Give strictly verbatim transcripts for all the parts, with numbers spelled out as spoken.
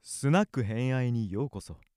スナック偏愛にようこそ。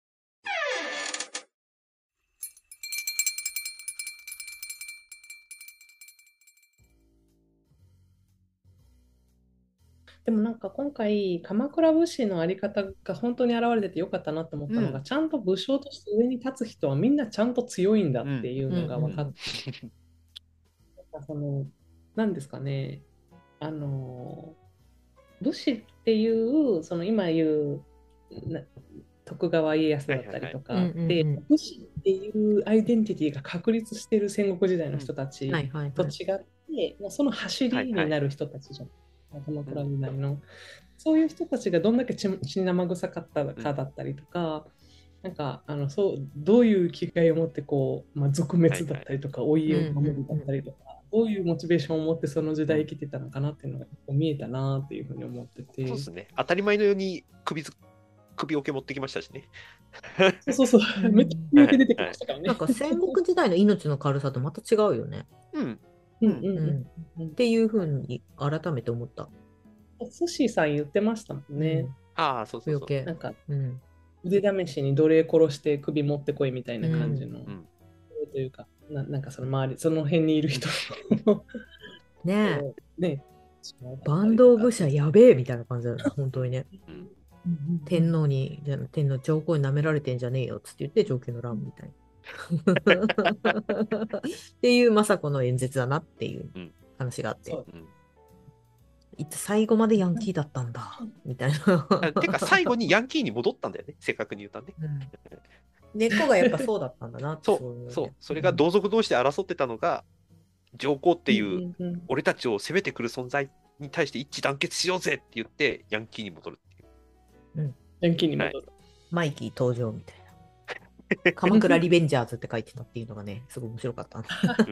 でもなんか今回鎌倉武士のあり方が本当に現れててよかったなと思ったのが、 うん。 ちゃんと武将として上に立つ人はみんなちゃんと強いんだうん。 っていうのうん。うん。 が分かって、なんかその、なんですかね、あの武士っていうその今言うな徳川家康だったりはいはいはい。 とかうんうんで、 うん。 武士っていうアイデンティティが確立している戦国時代のうん。 人たちはいはいはい。 と違って、まあその走はいはい。 りになる人たちじゃん、鎌倉うん。 時代の。そういう人たちがどんだけ血血生臭かったうん。 かだったりとか、なんかあのそうどういう気概を持ってこう、まあ、賊滅だっはいはい。 たりとか、おうん家を守るだっうんうん。 たりとか、どういうモチベーションを持ってその時うん。 代生きてたのかなっていうのが結構見えたなっていうふうに思ってて。 そうですね。当たり前のように首ず、首桶持ってきましたしね。 そうそうそうう、めっちゃん。 言はい。 うて出てきはい。 ましたからね。 なんか戦国時代の命の軽さとまた違うよね。 うん。 うんううん。 うん。 んっうんうん。 ていうふうに改めて思った。 寿司さん言ってましたもんね。 うん。 ああ、そうそうそう。 余計。 なんかうん。 腕試しに奴隷殺して首持ってこいみたいうな感じん。 の、 うん。 というか、な、なんかその周り、その辺にいる人のねえ。 こうね、だった坂りとかって。 東武者やべえみたいな感じだよね。本当にね。 うん。 天皇に、じゃ天皇上皇に舐められてんじゃねえよっつって言って上級の乱みたいな。っていう政子の演説だなっていううん。 話があって。 そう。 うん。 いつ最後までヤンキーだったんだ、みたいな。 あてか、最後にヤンキーに戻ったんだよね。正確に言うとね。 うん、根っこがやっぱそうだったんだなって、 そう、 そういうね。 そう。それが同族同士で争ってたのが、上皇ってうんいううんうん。 俺たちを攻めてくる存在に対して一致団結しようぜって言って、ヤンキーに戻るっていう。 うん。 ヤンキーにはい。 戻る。 マイキー登場みたいな。鎌倉リベンジャーズって書いてたっていうのがね、すごい面白かったな。 うん。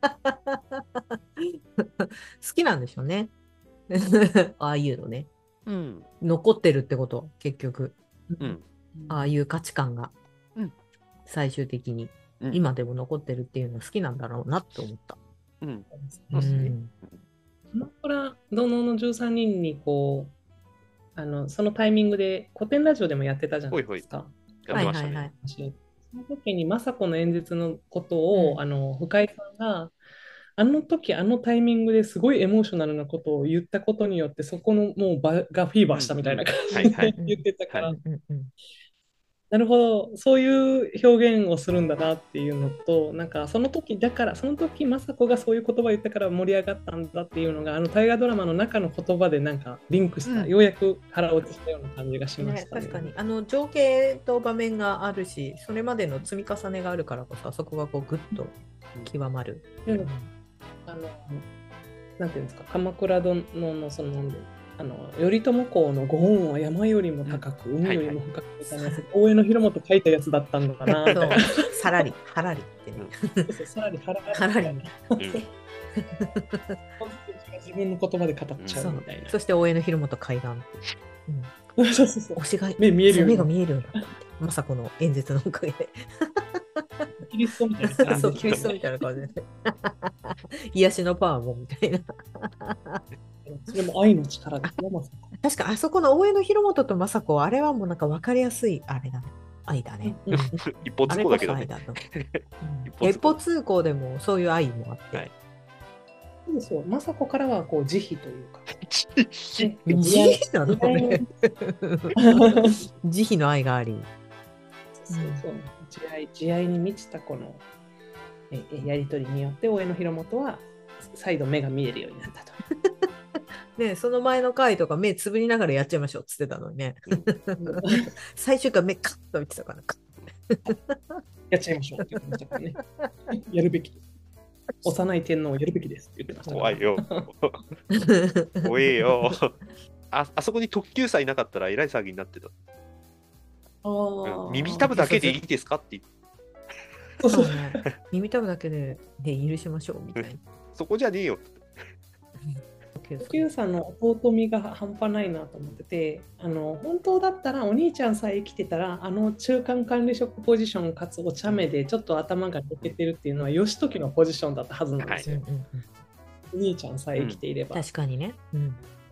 好きなんでしょうね。ああいうのね。 うん。 残ってるってこと、結局。 うん。 ああいう価値観がうん。 最終的にうん。 今でも残ってるっていうのは好きなんだろうなって思った。 うん。 そうですうそうですね。 ん。 鎌倉殿のじゅうさんにんにこう、あの、そのタイミングで古典ラジオでもやってたじゃなほいほい。 いですか。 やっはいてましたね。 はいはい。 その時に政子の演説のことを、 うん。 あの、深井さんが、あの時、あのタイミングですごいエモーショナルなことを言ったことによって、そこのもう場がフィーバーしたみたいなうんうん。 感じはいはい。 で言ってたかはい。 ら、 うんうんうん。 なるほど、そういう表現をするんだなっていうのと、なんかその時だから、その時政子がそういう言葉を言ったから盛り上がったんだっていうのが、あの大河ドラマの中の言葉でなんかリンクした、 うん。 ようやく腹落ちしたような感じがしましね、 たね。 確かに。あの、情景と場面があるし、それまでの積み重ねがあるからこそ、あそこがこうグッと極まる。 でもあの、なんていうんですか、鎌倉殿のその、あの頼朝公のご恩は山よりも高く、 うん。 海はいはい。 よりも深くみたいなやつ、大江の広元書いたやつだったんだなみそう、 たいな。 さらり、はらりってね。 そうそう、さらに腹がはらりね。 うん。 自分の言葉で語っちゃそうう。 みたいな。 そして大江の広元海岸。うん。 そうそうそう。 推しが、 目見えるように目が見えるようになったって。政子の演説のおかげで。 キリストみたいな感じそう、 でキリストみたいな感じでね。癒しのパワーもみたいな。 それも愛の力ですね、まさか。 確かあそこの大江の広元と政子、あれはもうなんか分かりやすい、あれだね。愛だね。 うんうん一方あれこ通行だけどね。 そ愛だと思う。 一一方方通行。 通行でもそういう愛もあって。 はい。 そうですよ。政子からはこう慈悲というか、ね、 慈慈愛悲なの慈愛のね。慈悲の愛があり。 そうそう慈愛慈愛に満ちたこのええやり取りによって大江の広元は再度目が見えるようになったと。 ね、その前の回とか目つぶりながらやっちゃいましょうっつってたのにね。 うん。 最終回目カッと見てたから。 やっちゃいましょうって言ってましたからね。やるべき。幼い天皇をやるべきですって言ってましたから、 怖いよ。怖えよ。あ、あそこに特急さえいなかったらえらい騒ぎになってた。 あうん、 あ。 耳たぶだけでいいですかって言って。 そうそう。 そうね。耳たぶだけで、で許しましょうみたいな。 そこじゃねえよ。 おきゅうさんの弟みが半端ないなと思ってて、あの本当だったらお兄ちゃんさえ生きてたらあの中間管理職ポジションかつお茶目でちょっと頭が抜けてるっていうのは義時のポジションだったはずなんですよ。 うんうんうん、 お兄ちゃんさえ生きていれば。 確かにね。うん、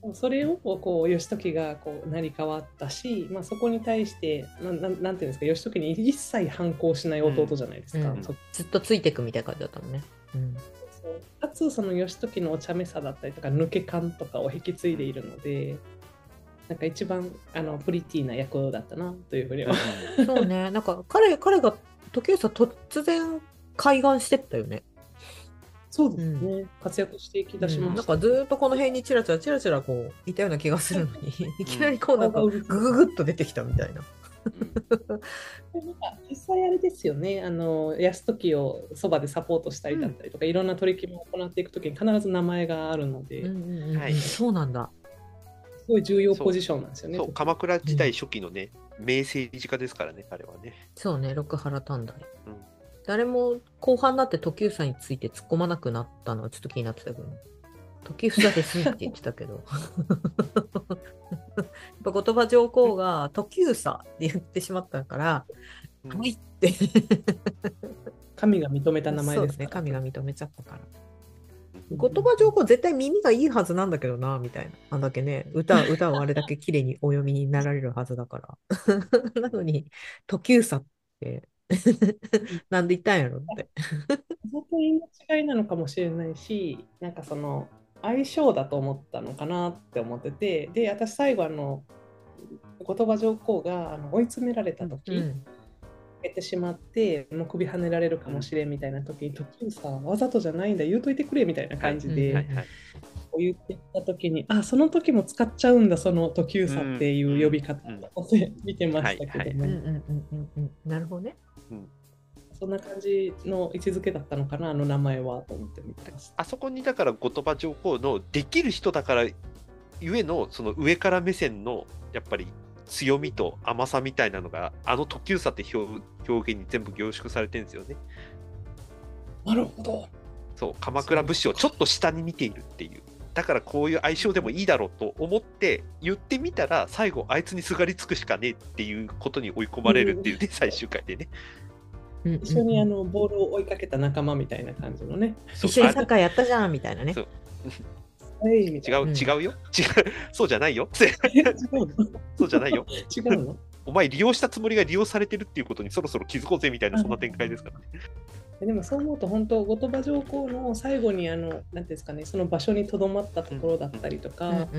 それをこう義時がこう成り代わったし、まあ、そこに対してな な, なんていうんですか、義時に一切反抗しない弟じゃないですか、 うん、 そずっとついていくみたいな感じだったもんね。うん、 そうかつその義時のお茶目さだったりとか抜け感とかを引き継いでいるので、なんか一番あのプリティな役だったなというふうには。 そうね、なんか彼彼が時吉さん突然開眼してったよね。 そうですね、うん、活躍していきだしました、 うん、なんかずっとこの辺にチラチラチラチラこういたような気がするのにいきなりこうなんかグググッと出てきたみたいな。 うん、なんか実際あれですよね、あの泰時をそばでサポートしたりだったりとか、うん、いろんな取り決めを行っていくときに必ず名前があるので、うんうんうん、はい、そうなんだ。 すごい重要ポジションなんですよね。 そうそう、鎌倉時代初期のね、うん、名政治家ですからね、彼はね。 そうね、六原短大。 うん、誰も後半になって時吉さんについて突っ込まなくなったのはちょっと気になってたけど、時房ですって言ってたけどやっぱ後鳥羽上皇が時房って言ってしまったから、うん、はいって神が認めた名前ですね。神が認めちゃったから。後鳥羽上皇絶対耳がいいはずなんだけどなみたいな。あんだけね、歌歌をあれだけ綺麗にお読みになられるはずだからなのに時房ってなんで言ったんやろって。 本当に違いなのかもしれないし、なんかその相性だと思ったのかなって思ってて、で私最後あの後鳥羽上皇があの追い詰められた時、うん、出てしまってもう首跳ねられるかもしれんみたいな時に、時にさわざとじゃないんだ言うといてくれみたいな感じで、はいはいはい、言ってた時に、あ、その時も使っちゃうんだその時うさっていう呼び方で見てましたけども、 なるほどね、 うん、そんな感じの位置づけだったのかな、あの名前はと思って見てます。 あそこにだから後鳥羽上皇のできる人だからゆえのその上から目線のやっぱり強みと甘さみたいなのがあの時うさって表現に全部凝縮されてるんですよね。 なるほど。 そう、鎌倉武士をちょっと下に見ているっていう、だからこういう相性でもいいだろうと思って言ってみたら最後あいつにすがりつくしかねえっていうことに追い込まれるっていうね、うん、最終回でね、 一緒にあのボールを追いかけた仲間みたいな感じのね、 一緒にサッカーやったじゃんみたいなね。 そう違う、違うよ、うん、違うそうじゃないよそうじゃないよ違うのお前利用したつもりが利用されてるっていうことにそろそろ気づこうぜみたいな、そんな展開ですからね。 でもそう思うと本当後鳥羽上皇の最後にあのなんていうんですかね、その場所にとどまったところだったりとか、白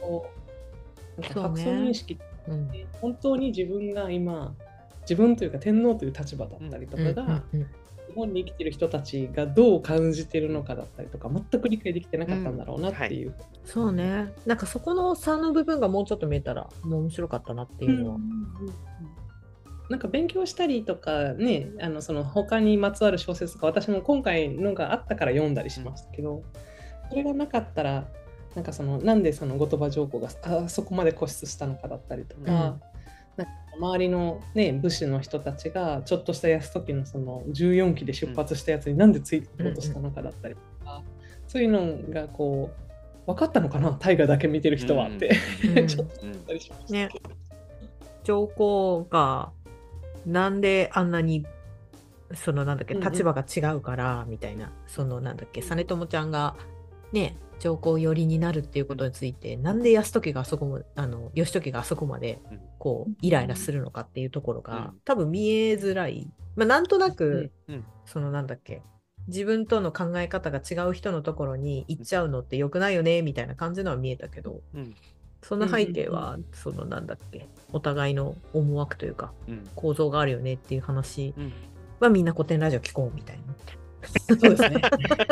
素認識って本当に自分が今自分というか天皇という立場だったりとかが、日本に生きてる人たちがどう感じてるのかだったりとか全く理解できてなかったんだろうなっていう、うんはい、 そうね、なんかそこの差の部分がもうちょっと見えたらもう面白かったなっていうのは、うんうんうん、 なんか勉強したりとかね、あのその他にまつわる小説とか私も今回のがあったから読んだりしましたけど、それがなかったらなんかそのなんでその後鳥羽上皇が あ, そこまで固執したのかだったりとか、うん、なんか周りの、ね、武士の人たちがちょっとした泰時のそのじゅうよんきで出発したやつになんでついていこうとしたのかだったりとか、うんうん、そういうのがこう分かったのかな、大河だけ見てる人はって、うん、ちょっと思ったりしました、ね、 上皇がなんであんなにそのなんだっけ立場が違うからみたいな、うんうん、そのなんだっけ実朝ちゃんがね上皇寄りになるっていうことについて、なんで泰時があそこもあの義時があそこまでこうイライラするのかっていうところが、うん、多分見えづらい、まあ、なんとなく、うんうん、そのなんだっけ自分との考え方が違う人のところに行っちゃうのって良くないよねみたいな感じのは見えたけど、うん、その背景は、うん、そのなんだっけお互いの思惑というか、うん、構造があるよねっていう話は、みんな古典ラジオ聞こうみたいな。 そうですね。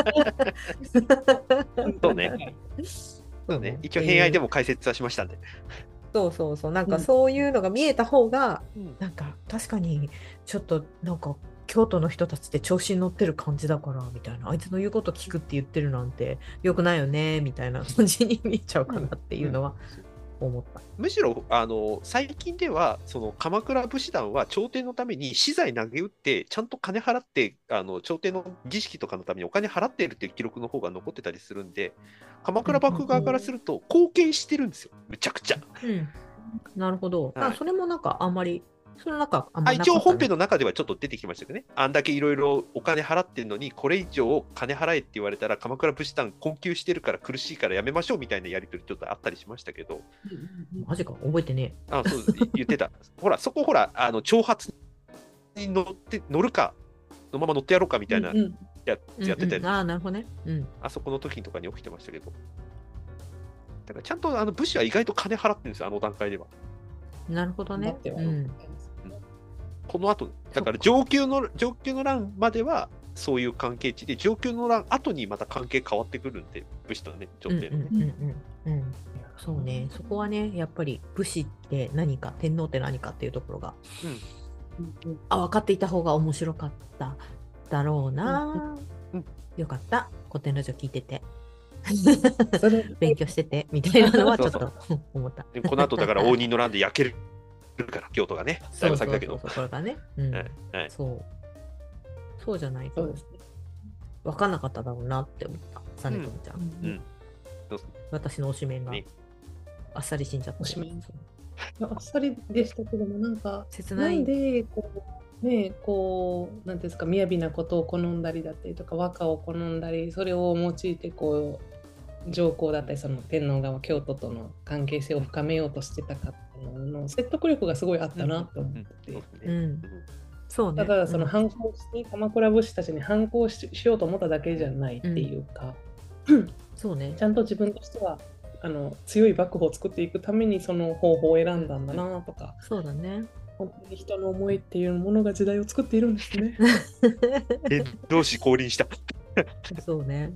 そうね。そうね。一応偏愛でも解説はしましたんで。 そうそうそう。なんかそういうのが見えた方が、うん、なんか確かにちょっとなんか京都の人たちって調子に乗ってる感じだからみたいな、あいつの言うこと聞くって言ってるなんてよくないよねみたいな感じに見えちゃうかなっていうのは。うんうん思った。 むしろあの最近ではその鎌倉武士団は朝廷のために私財投げ打ってちゃんと金払ってあの朝廷の儀式とかのためにお金払っているっていう記録の方が残ってたりするんで、鎌倉幕府側からすると貢献してるんですよ、むちゃくちゃ、 うん、なるほど、はい、それもなんかあんまりその中、あんあまなかったね一応本編の中ではちょっと出てきましたけどね、あんだけいろいろお金払ってるのに、これ以上金払えって言われたら、鎌倉武士団困窮してるから苦しいからやめましょうみたいなやり取りちょっとあったりしましたけど、 マジか、覚えてねあそう言ってた、ほら、そこほら、あの挑発に乗って乗るか、そのまま乗ってやろうかみたいなうんうんやえ。 やってたやつ、 うんうん、ああ、なるほどね。うん。 あそこの時とかに起きてましたけど、だからちゃんとあの武士は意外と金払ってるんですよ、あの段階では。 なるほどねだっ。てはうん。 この後だから上級の上級の乱まではそういう関係値で、上級の乱後にまた関係変わってくるんで、武士とね、朝うんうん廷のね。 うんうんうん。そうね、そこはね、やっぱり武士って何か、天皇って何かっていうところが、 うんあ、分かっていた方が面白かっただろうな。 うんうんよかった、古典ラジオ聞いてて。 それ勉強しててみたいなのはちょっと思った。 でこの後だから応仁の乱で焼けるから、京都がね、だいぶ先だけど。 そうそうそう、これがね。うんはいはいそう。そうじゃないとそうですね。 分かんなかっただろうなって思った、サネトンちゃん。 うんそう私の推しメンがねあっさり死んじゃった。 推しメンあっさりでしたけども、なんか、 切ないなんでこう、ね、こう、なんていうんですか、雅なことを好んだりだったりとか、和歌を好んだり、それを用いて、こう、上皇だったり、その天皇側、京都との関係性を深めようとしてたかっていうのの説得力がすごいあったなと思ってて。 そうですねうんそうね。 ただそのうん反抗して、鎌倉武士たちに反抗ししようと思っただけじゃないっていうか、 そうねち。ゃんと自分としてはあの強い幕府を作っていくためにその方法を選んだんだなとか、 そうだね。 本当に人の思いっていうものが時代を作っているんですね。 え同志降臨した。 そうね。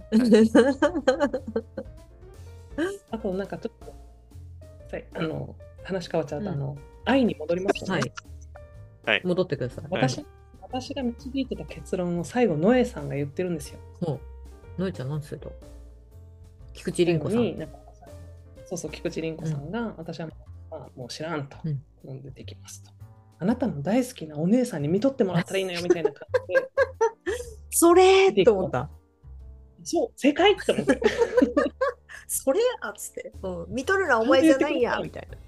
あとなんかちょっとさいあの話変わっちゃうと、 うんあの愛に戻りますとね、 はい。戻ってください。 私私が導いてた結論を最後ノエさんが言ってるんですよ。 もう、のえちゃん、なんつうと。菊池凛子さん。 最後になんかそうそう、菊池凛子さんが、私は、まあ、もう知らんと、 うん飲んでできますと。あなたの大好きなお姉さんに見とってもらったらいいのよみたいな感じで、 それーと思った。 そう、正解って思って。 それやっつって。うん見とるのはお前じゃないやみたいな。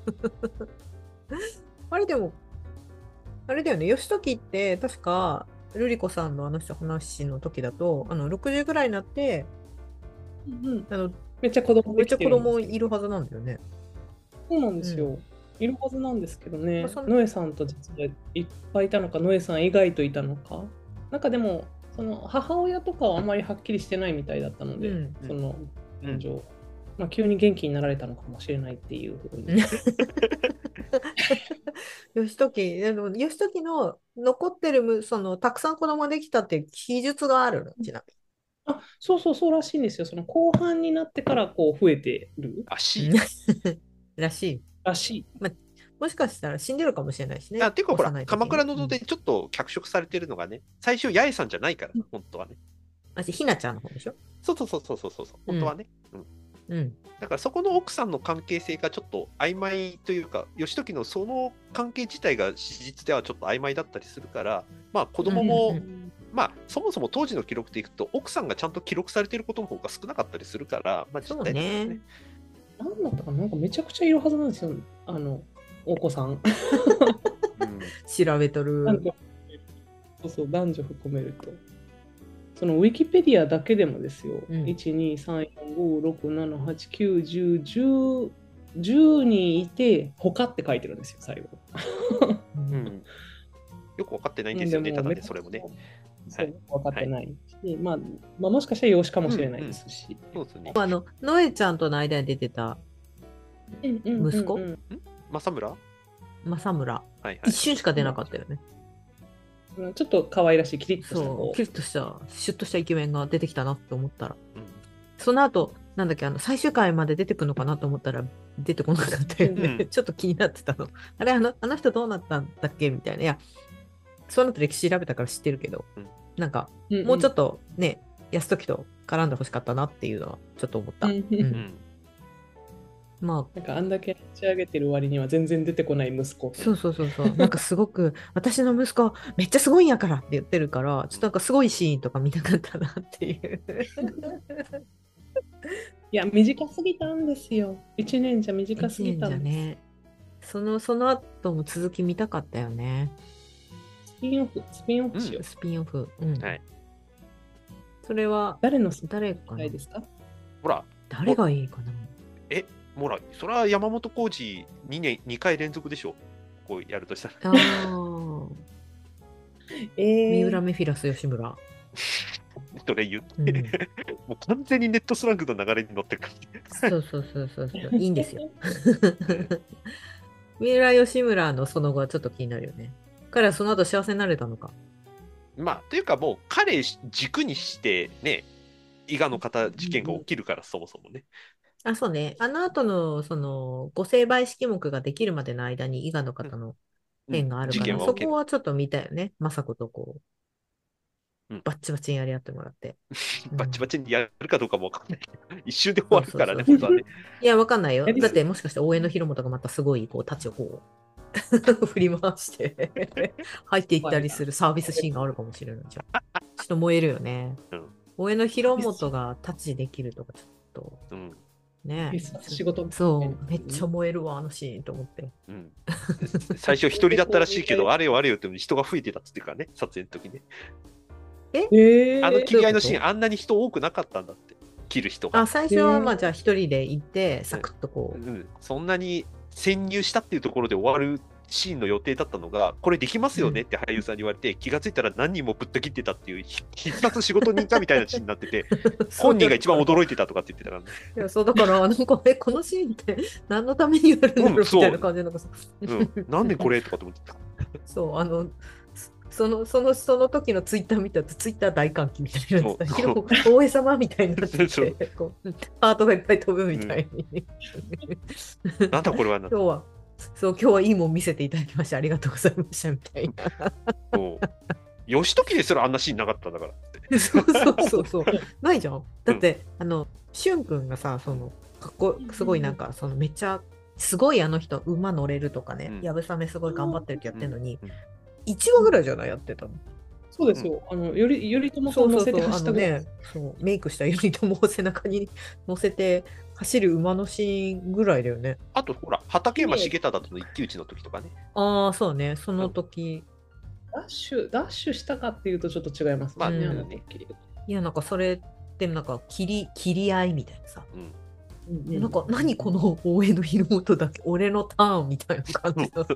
あれでも、あれだよね、義時って確か、ルリ子さんのあの人話の時だと、あのろくじゅうぐらいになって、 うんうん、 あのめっちゃ子供めっちゃ子できてるんです供いるはずなんだよね。 そうなんですよ。 ういるはずなんですけどねまあそ、のノエさんと実はいっぱいいたのか、ノエさん以外といたのか。なんかでも、その母親とかはあんまりはっきりしてないみたいだったので、 うんそのうん感情、まあ、急に元気になられたのかもしれないっていうふうに。 義時、あの義時の残ってるむそのたくさん子供ができたっていう記述があるの、ちなあ、そうそうそうらしいんですよ。その後半になってからこう増えてる足みに。らしい。 らしい。 もしかしたら死んでるかもしれないしね。 あていうかほら幼い時に鎌倉の堂でちょっと脚色されてるのがね、最初八重さんじゃないから、本当はね。 あ、ひなちゃんの方でしょ。 そうそうそうそうそうそう本当はね、うんうん。 だからそこの奥さんの関係性がちょっと曖昧というか、義時のその関係自体が史実ではちょっと曖昧だったりするから、まあ子供も、 うんうんまあそもそも当時の記録でいくと、奥さんがちゃんと記録されていることの方が少なかったりするから、まあそう実態ですよね。 なんだったかな、なんかめちゃくちゃいるはずなんですよ。あの、お子さん。 うん調べとる。 男女そうそう、男女含めると。そのウィキペディアだけでもですよ。 うんいち、に、さん、よん、ご、ろく、なな、はち、きゅう、じゅう、じゅう、じゅうにんいて、他って書いてるんですよ、最後。 ううんんよく分かってないんですよね、ただね、それもね。。 そう、分かってないし、まあ、まあ、もしかしたら養子かもしれないですし。 そうですね。 あの、ノエちゃんとの間に出てたうんうんうんうん息子政村は政村、 いはい。 一瞬しか出なかったよね。 ちょっと可愛らしい、キリッとしたそう、 子キリッとした、シュッとしたイケメンが出てきたなって思ったら、 うんその後、なんだっけ、あの、最終回まで出てくるのかなと思ったら、出てこなかったよね。 うんちょっと気になってたの。あれ、あの、あの人どうなったんだっけみたいな。いや、その後歴史調べたから知ってるけど、 うんなんか、 うんうんもうちょっとね、泰時と絡んでほしかったなっていうのは、ちょっと思った。 うんうんうんうんまあ、 なんかあんだけ打ち上げてる割には全然出てこない息子。 そうそうそうそう。なんかすごく、私の息子、めっちゃすごいんやからって言ってるから、ちょっとなんかすごいシーンとか見たかったなっていう。 いや、短すぎたんですよ。いちねんじゃ短す一年ぎたんです。 じゃね。 その、その後も続き見たかったよね。 スピンオフ、スピンオフしよう。 スピンオフ。うん。 はい。 それは、 誰のスピン誰かなオフいですか？ ほら、 誰がいいかな。 え、ほら、それは山本浩二にねん、にかい連続でしょ。こうやるとしたら。 ああ。 えー、 三浦メフィラス吉村。 それ言って、 うん、 もう完全にネットスラングの流れに乗ってるから。 そうそうそうそうそう。いいんですよ。三浦吉村のその後はちょっと気になるよね。彼はその後幸せになれたのか。 まあ、というかもう彼軸にしてね、伊賀の方事件が起きるから、そもそもね。 あ、そうね。あの後の、その、ご成敗式目ができるまでの間に伊賀の方の変があるから、 うん、 そこはちょっと見たよね。雅子とこう、 うん、 バッチバチにやり合ってもらって。 バッチバチにやるかどうかもわかんないけど、一瞬で終わるからね、本当はね。 いや、わかんないよ。だってもしかして大江の広元がまたすごい、こう、タッチをこう、振り回して入っていったりするサービスシーンがあるかもしれないじゃん。ちょっと燃えるよね。うん、大江の広元がタッチできるとか、ちょっと。うんね、 仕事そうめっちゃ燃えるわあのシーンと思って、 うん、最初一人だったらしいけどあれよあれよって人が増えてたっつっていうかね、撮影の時ね。 えあの切り合いのシーンあんなに人多くなかったんだって、切る人が。 あ最初はまあじゃあ一人で行ってサクッとこう、 うんうん、そんなに潜入したっていうところで終わるシーンの予定だったのが、これできますよねって俳優さんに言われて、うん、気がついたら何人もぶった切ってたっていう必殺仕事人かみたいなシーンになってて本人が一番驚いてたとかって言ってたからね。 いやそうだからなんかえこのシーンって何のためにやるんだろうみたいな感じのさ、 うん、なんでこれとかって思ってた。 そうあのそのそのその時のツイッター見たとツイッター大歓喜みたいなさ、大江様みたいになっててこうハートがいっぱい飛ぶみたいに、 うん、なんだこれはな。 今日はそう今日はいいもん見せていただきましてありがとうございましたみたいな。 そう義時ですらあんなシーンなかったんだから。 そうそうそうそうないじゃん。だって、うん、あのしゅんくんがさそのかっこすごいなんかそのめっちゃすごいあの人馬乗れるとかね、やぶさめすごい頑張ってるってやってるのに、うんうん、いちわぐらいじゃないやってたの。 そうですよ。あのより頼朝さん乗せて走ったぐらい。 そうそうそう、あのね、そうメイクした頼朝を背中に乗せて走る馬のシーンぐらいだよね。 あとほら畠山重忠との一騎打ちの時とかね。 ああそうねその時、 うん、ダッシュダッシュしたかっていうとちょっと違いますね。まあね、うん、あの時いやなんかそれでなんか切り切り合いみたいなさ。うんうん、なんか何この大江の広元だけ俺のターンみたいな感じのさ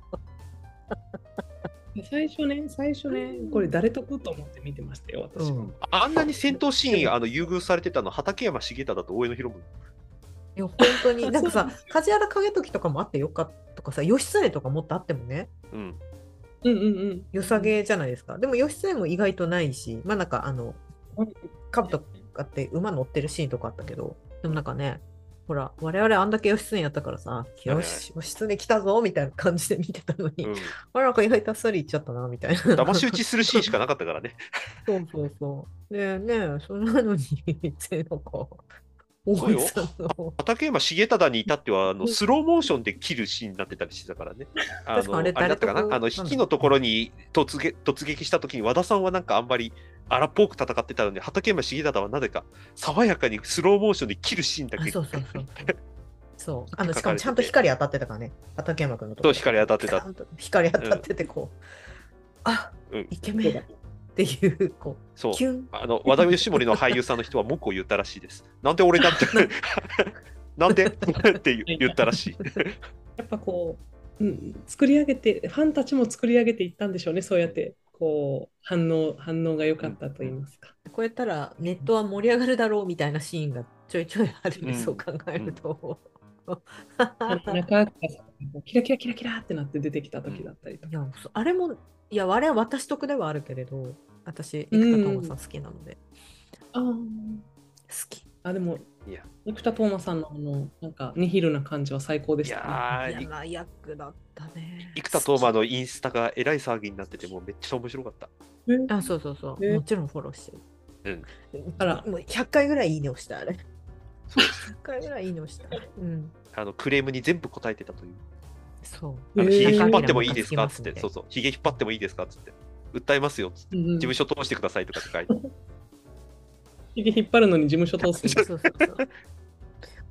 最初ね最初ねこれ誰得と思って見てましたよ私は、うん、 あんなに戦闘シーンあの優遇されてたの畠山重忠と大江の広元。 いや本当になんかさ梶原景時とかもあってよかったとかさ義経とかもっとあってもね、 うん、うんうんうん良さげじゃないですか。でも義経も意外とないしまあなんかあの兜あって馬乗ってるシーンとかあったけどでもなんかねほら我々あんだけ義経やったからさよし義経来たぞみたいな感じで見てたのに、うん、あなんか意外とあっさりいっちゃったなみたいな騙し討ちするシーンしかなかったからねそうそうそうでねそんなのになんかそうよ畠山重忠に至ってはあのスローモーションで切るシーンになってたりしてたからね。あのあれだったかなあの引きのところに突撃、突撃した時に和田さんはなんかあんまり荒っぽく戦ってたので畠山重忠はなぜか爽やかにスローモーションで切るシーンだけ。 そうそうそうそうあのしかもちゃんと光当たってたからね畠山君のところ。そう光当たってた。 光当たっててこう、うん、あ、うん、イケメンっていうこうそうあの和田義盛の俳優さんの人は文句を言ったらしいです。なんで俺だってなんでって言ったらしい。 やっぱこう、うん、作り上げてファンたちも作り上げていったんでしょうね。そうやってこう反応反応が良かったと言いますか。 こうやったらネットは盛り上がるだろうみたいなシーンがちょいちょいあるんで、うん、そう考えると。 中キラキラキラキラってなって出てきた時だったりとか。 いやあれもいやあれは私得ではあるけれど私生田斗真さん好きなので、 うん、あ好きあでもいや生田斗真さんのあのなんかニヒルな感じは最高でしたね。嫌な役だったね。 生田斗真のインスタがえらい騒ぎになっててもうめっちゃ面白かった。 あそうそうそうもちろんフォローしてる。 うん。あらもうひゃっかいぐらいいいねをしたあれ。そうひゃっかいぐらいいいねをした。うん。 あのクレームに全部答えてたという。 そう。 あのヒゲ引っ張ってもいいですかっつって、そうそう、ヒゲ引っ張ってもいいですかっつって、訴えますよっつって、うん、事務所通してくださいとかって書いて。 ヒゲ引っ張るのに事務所通す。 そうそうそう。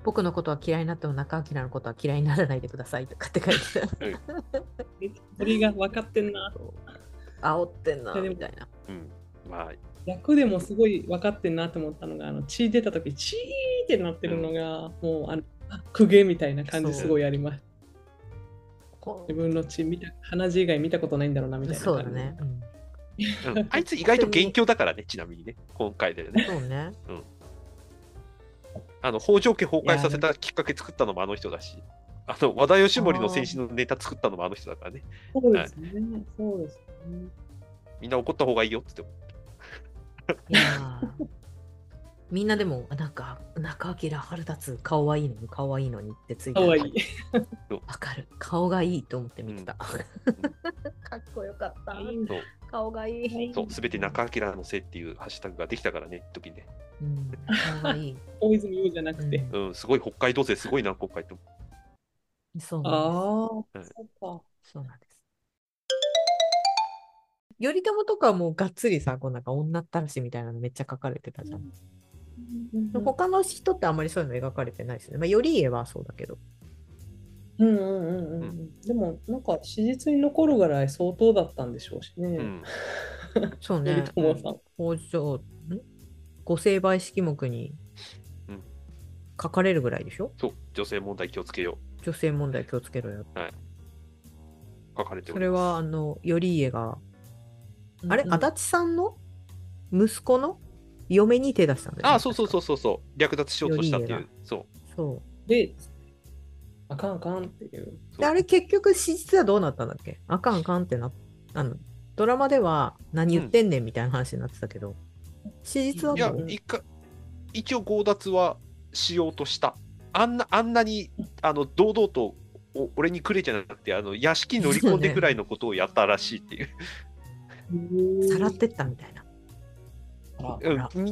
僕のことは嫌いになっても中明のことは嫌いにならないでくださいとかって書いてた。 鳥が分かってんな。 煽ってんなみたいな。 うん、まあ役でもすごい分かってんなと思ったのが、あの血出た時チーってなってるのが、うん、もうあの公家みたいな感じすごいあります。自分の血見た鼻血以外見たことないんだろうなみたいな感じ。 そうだね。 うんうん、あいつ意外と元凶だからね、ちなみにね、今回でね。 そうね。 うん。あの北条家崩壊させたきっかけ作ったのもあの人だし、あの和田義盛の戦士のネタ作ったのもあの人だからね。 そうですね。はい、そうですね。 みんな怒った方がいいよって言って。 いやみんなでもなんか中明腹立つ、顔はいいのに顔はいいのにってついて顔はいい。 わかる、顔がいいと思って見てた。うん、かっこよかった。顔がいい。 そう、すべて中明のせいっていうハッシュタグができたからね、時ね。 うん、顔がいい。 大泉洋じゃなくて、 うん、うん、すごい北海道勢すごいな、今回と。 そうなんです。ああ、 そうか。 そうなんです。頼朝とかもがっつりさ、こうなんか女ったらしみたいなのめっちゃ書かれてたじゃん。うんうん、他の人ってあんまりそういうの描かれてないですね。まあ、頼家はそうだけど。 うんうんうんうん。うん、でもなんか史実に残るぐらい相当だったんでしょうしね。うん、 そうね。 頼朝さん。 北条、ん御成敗式目に書かれるぐらいでしょ。 そう、女性問題気をつけよう。女性問題気をつけろよ。 はい。書かれております。 それはあの頼家が、あれ、うん、足立さんの息子の嫁に手出したんだよね。 ああ、そうそうそうそうそう。略奪しようとしたっていう。そう。 そう。 で、あかんあかんっていう。 で、あれ結局史実はどうなったんだっけ？あかんあかんってな、あの、ドラマでは何言ってんねんみたいな話になってたけど、うん、史実はどう？ いや、一回、一応強奪はしようとした。あんな、あんなに、あの、堂々と、お俺にくれじゃなくて、あの、屋敷乗り込んでくらいのことをやったらしいっていう。 さらってったみたいな。 うん、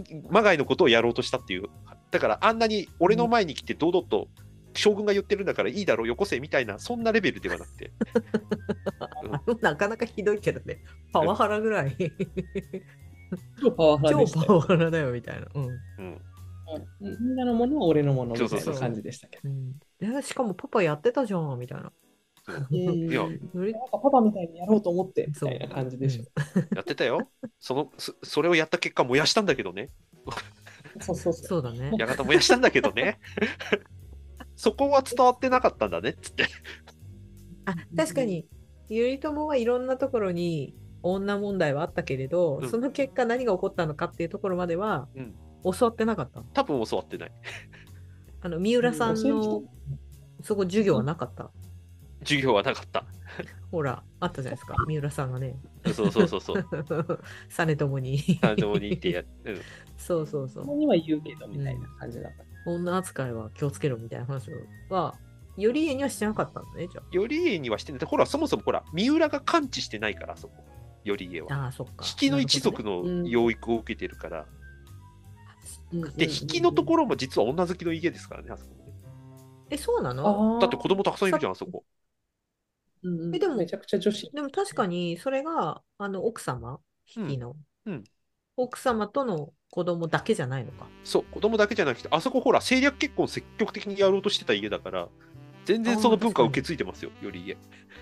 まがいのことをやろうとしたっていう。だからあんなに俺の前に来て堂々と将軍が言ってるんだからいいだろうよこせみたいなそんなレベルではなくて、 うん、なかなかひどいけどね、パワハラぐらい超パワハラでした。 超パワハラだよみたいな、うんうんみんなのものは俺のものみたいな感じでしたけど、 うん、しかもパパやってたじゃんみたいな。 いや、なんかパパみたいにやろうと思ってみたいな感じでしょ。 やってたよ。そのそ、それをやった結果燃やしたんだけどね。 そうそうそう。 そうだね。 館燃やしたんだけどね。そこは伝わってなかったんだねっつって。 あ、確かに頼朝はいろんなところに女問題はあったけれど、うん、その結果何が起こったのかっていうところまでは、うん、教わってなかった。 多分教わってない。 あの三浦さんの、うん、そこ授業はなかった。 授業はなかった。 ほら、あったじゃないですか、三浦さんがね。 そうそうそうそう。 実朝に。 実朝にってや、うん、 そうそうそう。 そこには言うけどみたいな感じだった。 うん、女扱いは気をつけろみたいな話は、頼家にはしてなかったんだね、じゃあ。 頼家にはしてない。ほら、そもそもほら、三浦が関知してないから、そこ。頼家は。 ああ、そっか。 比企の一族の養育を受けてるから。うん、で、比企のところも実は女好きの家ですからね、あそこね。 え、そうなの？ だって子供たくさんいるじゃん、あそこ。 うん、 えでもめちゃくちゃ女子。 でも確かにそれがあの奥様、比企の、うんうん、奥様との子供だけじゃないのか。 そう、子供だけじゃなくて、あそこほら政略結婚積極的にやろうとしてた家だから、全然その文化を受け継いでますよ、頼家。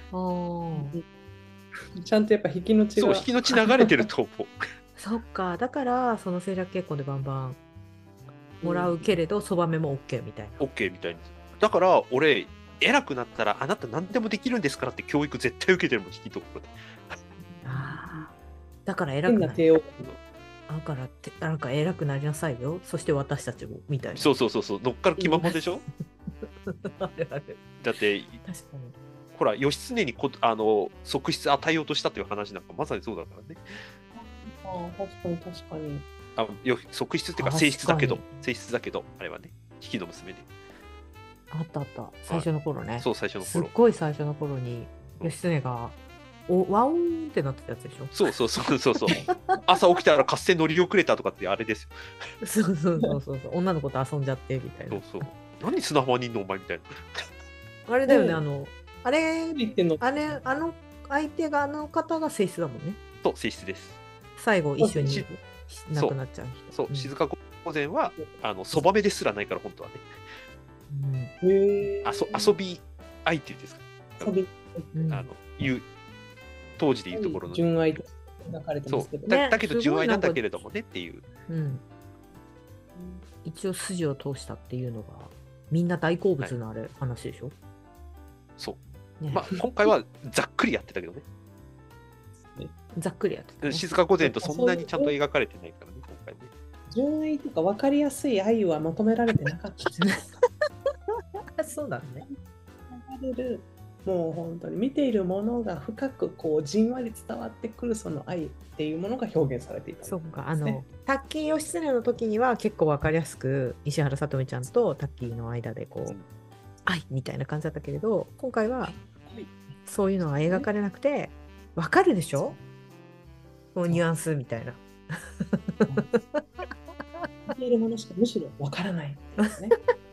あちゃんとやっぱ引きの血が。 そう、引きの血流れてると思う。 そっか、だからその政略結婚でバンバンもらうけれど、そばめも OK みたいな。 OK みたいな。だから俺偉くなったらあなた何でもできるんですからって教育絶対受けてるもん、引きところで。 ああ、だから偉くなる。だからってなんか偉くなりなさいよ。そして私たちもみたいな。 そうそうそうそう、乗っかる気ままでしょ。あれあれだって確かにほら義経にこあの側室与えようとしたという話なんかまさにそうだからね。 ああ、確かに確かに。 あよ側室っていうか正室だけど正室だけどあれはね、比企の娘で。 あったあった、最初の頃ね。 そう、最初の頃。 すっごい最初の頃に義経がおワオーンってなってたやつでしょ。 そうそうそうそうそう。朝起きたら合戦乗り遅れたとかってあれですよ。 そうそうそうそう女の子と遊んじゃってみたいな。 そうそう。何砂浜にいんのお前みたいな。 あれだよね、あのあれ言ってんのあれあの相手があの方が正室だもんね。 そう、正室です。 最後一緒に亡くなっちゃう人。 そう、そう、静御前はあのそばめですらないから本当はね。 うんへえ。 あそ遊び相手ですか、 遊びうんあのいう当時でいうところの、 純愛と描かれてそますけどうだねだけど純愛なんすごいなんかだけれどもねっていう、 うん一応筋を通したっていうのがみんな大好物のあれ、話でしょ、 そう、 ねまあ今回はざっくりやってたけどね、 ざっくりやってた、ね、 静か御前とそんなにちゃんと描かれてないからね、今回ね。 純愛とか分かりやすい愛は求められてなかったですね。 そうだね。 流れるもう本当に見ているものが深くこうじんわり伝わってくるその愛っていうものが表現されていた、 そっか、あの、タッキー義経の時には結構わかりやすく、石原さとみちゃんとタッキーの間でこう、 うん愛みたいな感じだったけれど、今回はそういうのは描かれなくて、わかるでしょこうニュアンスみたいな。 見ているものしかむしろ分からないですね。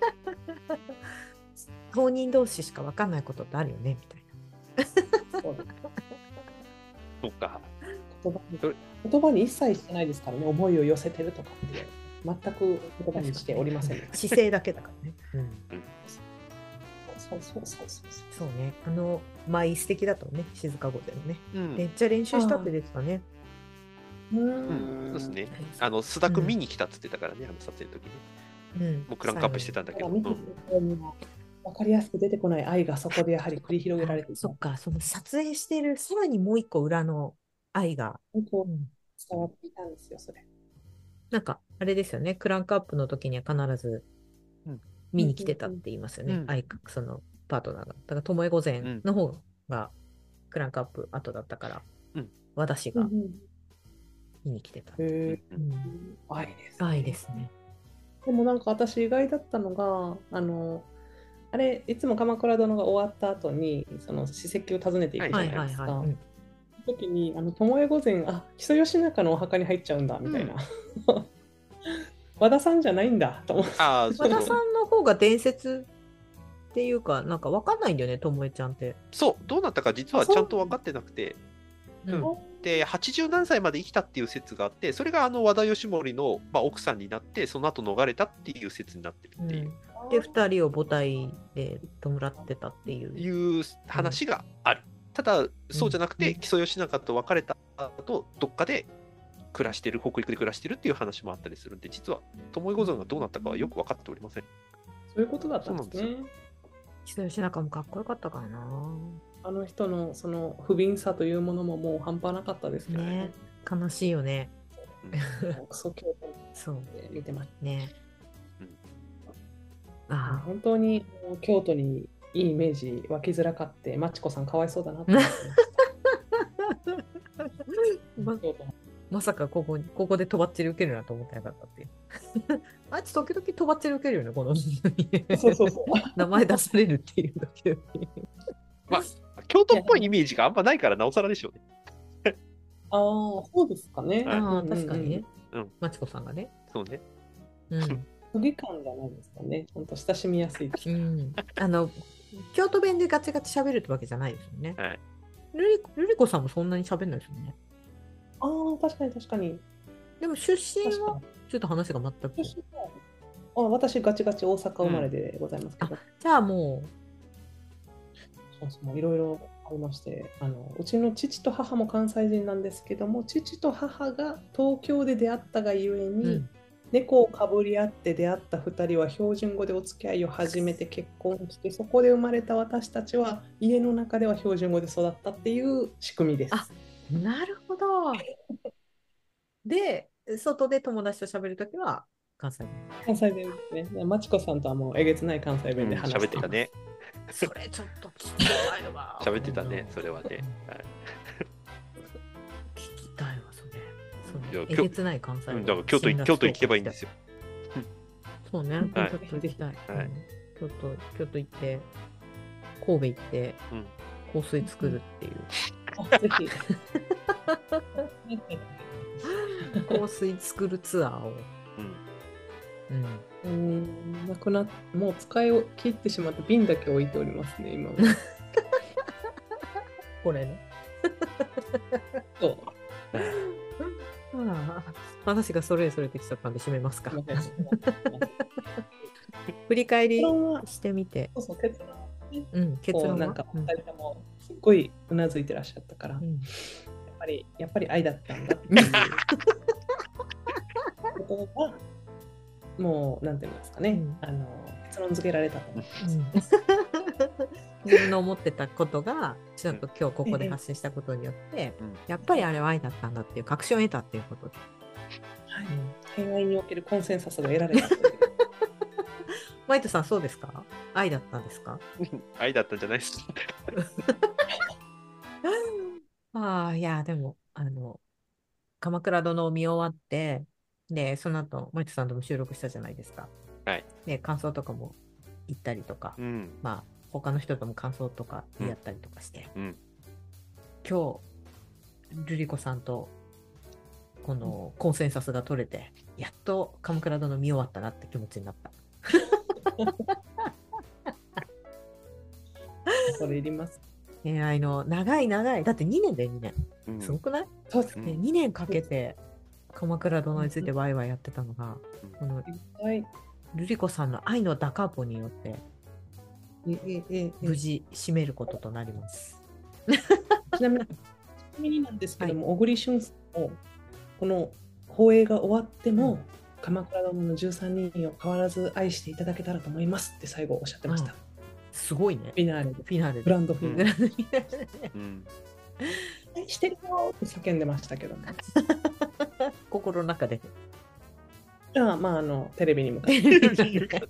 当人同士しかわかんないことってあるよねみたいな。 そうですそうか。 言葉に言葉に一切してないですからね、思いを寄せてるとかって全く言葉にしておりません、ね。 姿勢だけだからね。うんそうそうそうそうそう。 そうね。あの、舞素敵だとね、静か御前のね。 うん、 めっちゃ練習したって出てたね。 うーうんそうですね。あの須田君見に来たっつってたからね、あの撮影の時に。 うん。 もうクランクアップしてたんだけど。 見てる人には分かりやすく出てこない愛がそこでやはり繰り広げられていた。 そっか、その撮影してる、さらにもう一個裏の愛が、 本当うん伝わっていたんですよ、それ。 なんか、あれですよね、クランクアップの時には必ずうん見に来てたって言いますよね、 うん愛そのパートナーが。だから、ともえ御前の方がクランクアップ後だったから、 うん私がうんうん見に来てた。 へーうん愛です、 愛ですね。 でもなんか私意外だったのが、あの、あれ、いつも鎌倉殿が終わった後に、その史跡を訪ねていくじゃはいないですか。 はいはい。うんその時に、あの、巴御前、あ、木曽義仲のお墓に入っちゃうんだ、みたいな。和田さんじゃないんだ、と思って。 ああ、そう和田さそうんの方が伝説っていうか、なんかわかんないんだよね、ともえちゃんって。 そう、どうなったか実はちゃんと分かってなくて、 うんで、はちじゅう何歳まで生きたっていう説があって、それがあの和田義盛の、まあ、奥さんになって、その後逃れたっていう説になってるっていう,、 うんで、二人を母体で弔ってたっていう。 いう話がある。ただ、そうじゃなくて、木曽義仲と別れた後、どっかで暮らしてる、北陸で暮らしてるっていう話もあったりするんで、実は、巴御前がどうなったかはよく分かっておりません。 そういうことだったんですそうね。 木曽義仲もかっこよかったからな。 あの人のその不憫さというものももう半端なかったですね。 ね、悲しいよね。 クソ京都そうで見てましね。 うんた。 あ本当にもう京都にいいイメージ湧きづらかって、マチコさんかわいそうだなって思ってあ、 まました。京都まさかここにここでとばっちり受けるなと思ってなかったっていう。あいつ時々とばっちり受けるよね、このそうそうそう。 名前出されるっていうだけで。 まあ、京都っぽいイメージがあんまないから、なおさらでしょうね。 ああ、そうですかね。 はいああ、 うんうんうん確かにね。 うんマチコさんがね。 そうね。 うん。 不義感じゃないですかね。本当親しみやすいです。 うん、あの、京都弁でガチガチ喋るってわけじゃないですよね。 はい。 ルリルリコさんもそんなに喋んないですよね。 ああ、確かに確かに。 でも出身は確かに。 ちょっと話が全く。 私はあ私、ガチガチ大阪生まれでございますけど、 じゃあもそうそういろいろありましてあの、うちの父と母も関西人なんですけども、父と母が東京で出会ったがゆえう、 に、 うん猫をかぶり合って出会ったふたりは標準語でお付き合いを始めて結婚して、そこで生まれた私たちは家の中では標準語で育ったっていう仕組みです。 あなるほど。で、外で友達と喋るときは関西弁。 関西弁ですね。マチコさんとはもうえげつない関西弁で話しています。 喋ってたね。 それちょっと聞きたいわ。 喋ってたね、それはね。はい聞きたいわ、それ。 いやそうねえげつない関西弁。 うんだから京都い京都行けばいいんですよ。 そうね、 はいちょっと行きたい。 はいうん京都、京都行って、神戸行って、 うん香水作るっていう。 あぜひ。 香水作るツアーを。 うんうん。 うんなくなっもう使い切ってしまった瓶だけ置いておりますね、今は。 これね。 そうああ話がそれそれてきちゃったんで締めますか。 すい。ません振り返り結論はしてみて、 そうそう結論はね、 うん、結こう論はなんかうんふたりともすっごいうなずいてらっしゃったから、やっうんぱりやっぱり愛だったんだっていうことがもうなんていうんですかね、 うんあの結論付けられたと思う。 うん自分の思ってたことがちょっと今日ここで発信したことによって、 うんやっぱりあれは愛だったんだっていう確信を得たっていうことで、 はいうん恋愛におけるコンセンサスが得られたという。 マイトさんそうですか？愛だったんですか？ 愛だったんじゃないですか。 ああ、いや、でも、あの、鎌倉殿を見終わって、で、その後、マイトさんとも収録したじゃないですか。 はい。 で、感想とかも言ったりとか、 うん。 まあ、他の人とも感想とか言い合ったりとかして、 うん。 今日、ルリコさんと、このコンセンサスが取れて、やっと鎌倉殿見終わったなって気持ちになった。 それいります。 恋愛の長い長い、だってにねんでにねうんん。すごくない？ そうですね、 うんにねんかけて鎌倉殿についてワイワイやってたのが、このはい。 ルリコさんの愛のダカーポによってええええ無事締めることとなります。 ちなみに、ちなみになんですけども、小栗旬さんも、この放映が終わっても、 うん鎌倉殿のじゅうさんにんを変わらず愛していただけたらと思いますって最後おっしゃってました。 うんすごいね。 フィナーレで、 フィナーレグランドフィナーレ。 うん。 愛してるよって叫んでましたけどね。 心の中で。 ああまあ、あの、テレビに向かって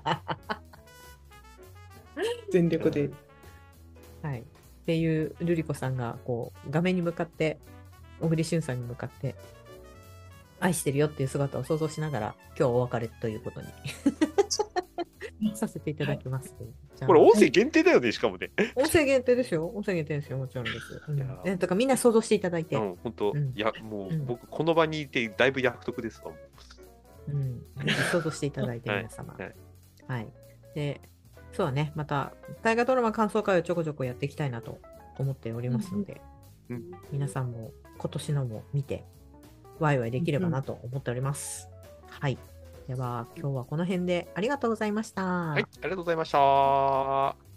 全力で。 はい。っていうルリコさんがこう画面に向かって小栗旬さんに向かって愛してるよっていう姿を想像しながら今日お別れということにさせていただきます。じゃあこれ音声限定だよね、しかもね。 音声限定ですよ。音声限定ですよ。もちろんです。うんいやーね、だからみんな想像していただいて。 うん、本当、 うんいや、もううん僕、この場にいて、だいぶ役得ですわ。 うん、想像していただいて、 はい皆様。 はいはい。で、そうだね、また、大河ドラマ感想会をちょこちょこやっていきたいなと思っておりますので、 うんうん皆さんも今年のも見て、ワイワイできればなと思っております。はい。では、今日はこの辺でありがとうございました。 はい、ありがとうございました。